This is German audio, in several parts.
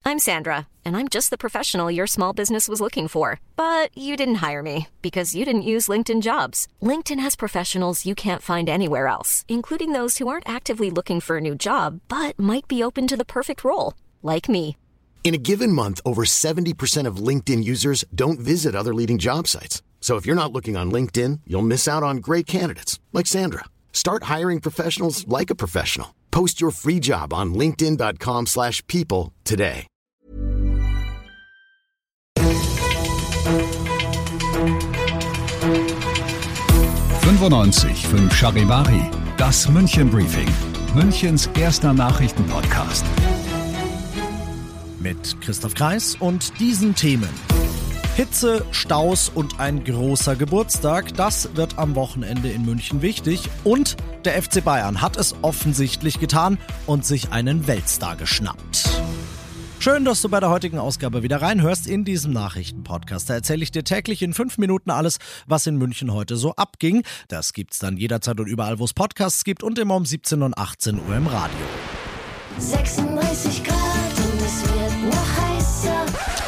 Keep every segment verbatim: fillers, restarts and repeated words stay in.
I'm Sandra, and I'm just the professional your small business was looking for. But you didn't hire me because you didn't use LinkedIn Jobs. LinkedIn has professionals you can't find anywhere else, including those who aren't actively looking for a new job, but might be open to the perfect role, like me. In a given month, over seventy percent of LinkedIn users don't visit other leading job sites. So if you're not looking on LinkedIn, you'll miss out on great candidates like Sandra. Start hiring professionals like a professional. Post your free job on linkedin dot com slash people today. fünfundneunzig Komma fünf Charivari, das München Briefing, Münchens erster Nachrichtenpodcast. Mit Christoph Kreis und diesen Themen. Hitze, Staus und ein großer Geburtstag, das wird am Wochenende in München wichtig. Und der F C Bayern hat es offensichtlich getan und sich einen Weltstar geschnappt. Schön, dass du bei der heutigen Ausgabe wieder reinhörst in diesem Nachrichtenpodcast. Da erzähle ich dir täglich in fünf Minuten alles, was in München heute so abging. Das gibt's dann jederzeit und überall, wo es Podcasts gibt und immer um siebzehn und achtzehn Uhr im Radio. sechsunddreißig Grad und es wird noch heißer.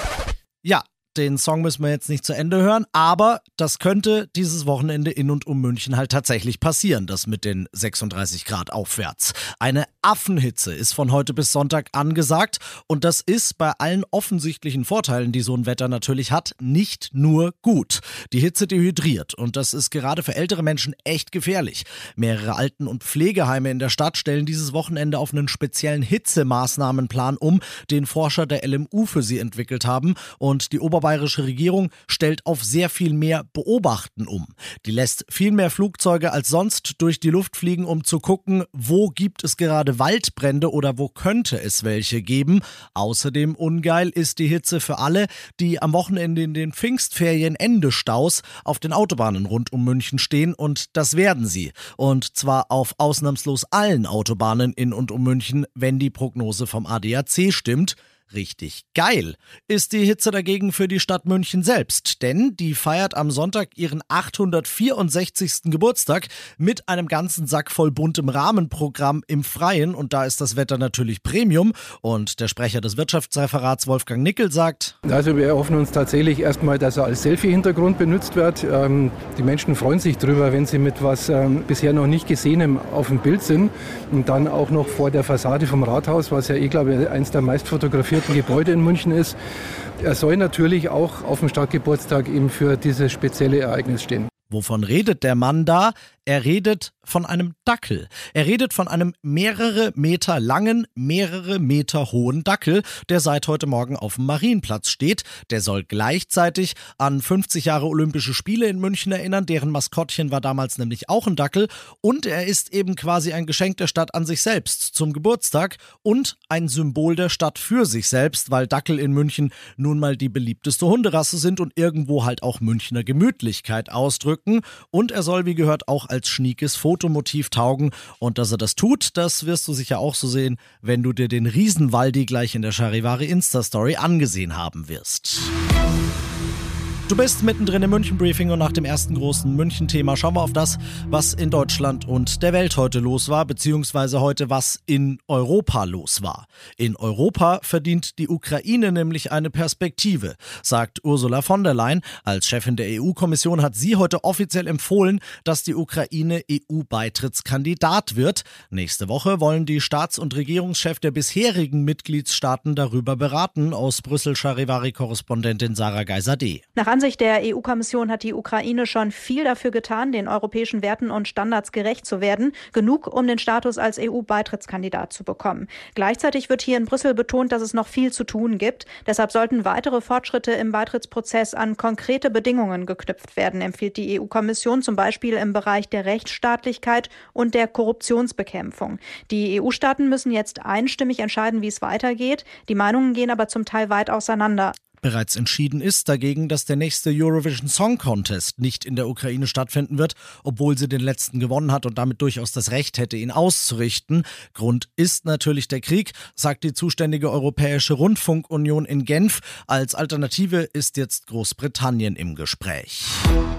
Ja. Den Song müssen wir jetzt nicht zu Ende hören, aber das könnte dieses Wochenende in und um München halt tatsächlich passieren, das mit den sechsunddreißig Grad aufwärts. Eine Affenhitze ist von heute bis Sonntag angesagt und das ist bei allen offensichtlichen Vorteilen, die so ein Wetter natürlich hat, nicht nur gut. Die Hitze dehydriert und das ist gerade für ältere Menschen echt gefährlich. Mehrere Alten- und Pflegeheime in der Stadt stellen dieses Wochenende auf einen speziellen Hitzemaßnahmenplan um, den Forscher der L M U für sie entwickelt haben, und die Ober bayerische Regierung stellt auf sehr viel mehr Beobachten um. Die lässt viel mehr Flugzeuge als sonst durch die Luft fliegen, um zu gucken, wo gibt es gerade Waldbrände oder wo könnte es welche geben. Außerdem ungeil ist die Hitze für alle, die am Wochenende in den Pfingstferien Endestaus auf den Autobahnen rund um München stehen, und das werden sie. Und zwar auf ausnahmslos allen Autobahnen in und um München, wenn die Prognose vom A D A C stimmt. Richtig geil ist die Hitze dagegen für die Stadt München selbst, denn die feiert am Sonntag ihren achthundertvierundsechzigsten Geburtstag mit einem ganzen Sack voll buntem Rahmenprogramm im Freien, und da ist das Wetter natürlich Premium, und der Sprecher des Wirtschaftsreferats Wolfgang Nickel sagt: Also wir erhoffen uns tatsächlich erstmal, dass er als Selfie-Hintergrund benutzt wird. Ähm, die Menschen freuen sich drüber, wenn sie mit was ähm, bisher noch nicht Gesehenem auf dem Bild sind, und dann auch noch vor der Fassade vom Rathaus, was ja eh, glaube ich, eins der meist fotografierten Gebäude in München ist. Er soll natürlich auch auf dem Stadtgeburtstag eben für dieses spezielle Ereignis stehen. Wovon redet der Mann da? Er redet von einem Dackel. Er redet von einem mehrere Meter langen, mehrere Meter hohen Dackel, der seit heute Morgen auf dem Marienplatz steht. Der soll gleichzeitig an fünfzig Jahre Olympische Spiele in München erinnern. Deren Maskottchen war damals nämlich auch ein Dackel. Und er ist eben quasi ein Geschenk der Stadt an sich selbst zum Geburtstag und ein Symbol der Stadt für sich selbst, weil Dackel in München nun mal die beliebteste Hunderasse sind und irgendwo halt auch Münchner Gemütlichkeit ausdrücken. Und er soll, wie gehört, auch als schniekes Fotomotiv taugen. Und dass er das tut, das wirst du sicher auch so sehen, wenn du dir den Riesenwaldi gleich in der Charivari Insta-Story angesehen haben wirst. Du bist mittendrin im München-Briefing und nach dem ersten großen München-Thema schauen wir auf das, was in Deutschland und der Welt heute los war, beziehungsweise heute was in Europa los war. In Europa verdient die Ukraine nämlich eine Perspektive, sagt Ursula von der Leyen. Als Chefin der E U-Kommission hat sie heute offiziell empfohlen, dass die Ukraine E U-Beitrittskandidat wird. Nächste Woche wollen die Staats- und Regierungschefs der bisherigen Mitgliedstaaten darüber beraten. Aus Brüssel Charivari-Korrespondentin Sarah Geiser-D. Nach Ansicht der E U-Kommission hat die Ukraine schon viel dafür getan, den europäischen Werten und Standards gerecht zu werden. Genug, um den Status als E U-Beitrittskandidat zu bekommen. Gleichzeitig wird hier in Brüssel betont, dass es noch viel zu tun gibt. Deshalb sollten weitere Fortschritte im Beitrittsprozess an konkrete Bedingungen geknüpft werden, empfiehlt die E U-Kommission, zum Beispiel im Bereich der Rechtsstaatlichkeit und der Korruptionsbekämpfung. Die E U-Staaten müssen jetzt einstimmig entscheiden, wie es weitergeht. Die Meinungen gehen aber zum Teil weit auseinander. Bereits entschieden ist dagegen, dass der nächste Eurovision Song Contest nicht in der Ukraine stattfinden wird, obwohl sie den letzten gewonnen hat und damit durchaus das Recht hätte, ihn auszurichten. Grund ist natürlich der Krieg, sagt die zuständige Europäische Rundfunkunion in Genf. Als Alternative ist jetzt Großbritannien im Gespräch.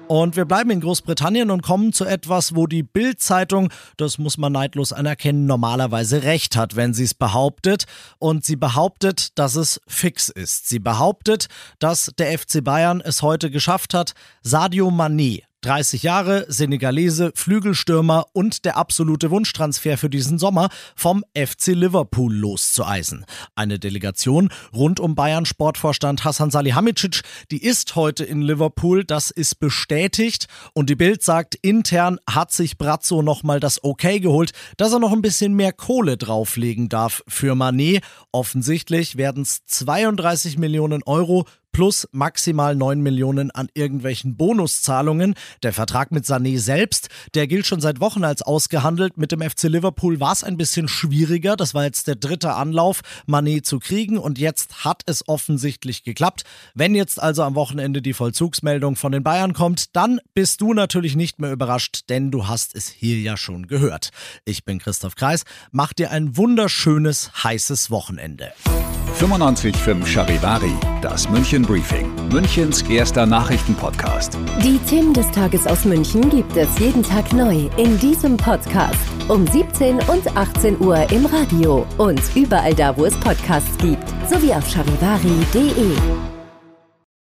Und wir bleiben in Großbritannien und kommen zu etwas, wo die Bild-Zeitung, das muss man neidlos anerkennen, normalerweise recht hat, wenn sie es behauptet. Und sie behauptet, dass es fix ist. Sie behauptet, dass der F C Bayern es heute geschafft hat, Sadio Mané, dreißig Jahre, Senegalese, Flügelstürmer und der absolute Wunschtransfer für diesen Sommer, vom F C Liverpool loszueisen. Eine Delegation rund um Bayern-Sportvorstand Hasan Salihamidzic, die ist heute in Liverpool, das ist bestätigt. Und die Bild sagt, intern hat sich Brazzo nochmal das Okay geholt, dass er noch ein bisschen mehr Kohle drauflegen darf für Mané. Offensichtlich werden es zweiunddreißig Millionen Euro plus maximal neun Millionen an irgendwelchen Bonuszahlungen. Der Vertrag mit Sané selbst, der gilt schon seit Wochen als ausgehandelt. Mit dem F C Liverpool war es ein bisschen schwieriger. Das war jetzt der dritte Anlauf, Mané zu kriegen, und jetzt hat es offensichtlich geklappt. Wenn jetzt also am Wochenende die Vollzugsmeldung von den Bayern kommt, dann bist du natürlich nicht mehr überrascht, denn du hast es hier ja schon gehört. Ich bin Christoph Kreis, mach dir ein wunderschönes, heißes Wochenende. fünfundneunzig Komma fünf Charivari, das München Briefing, Münchens erster Nachrichtenpodcast. Die Themen des Tages aus München gibt es jeden Tag neu in diesem Podcast. Um siebzehn und achtzehn Uhr im Radio und überall da, wo es Podcasts gibt, sowie auf charivari punkt de.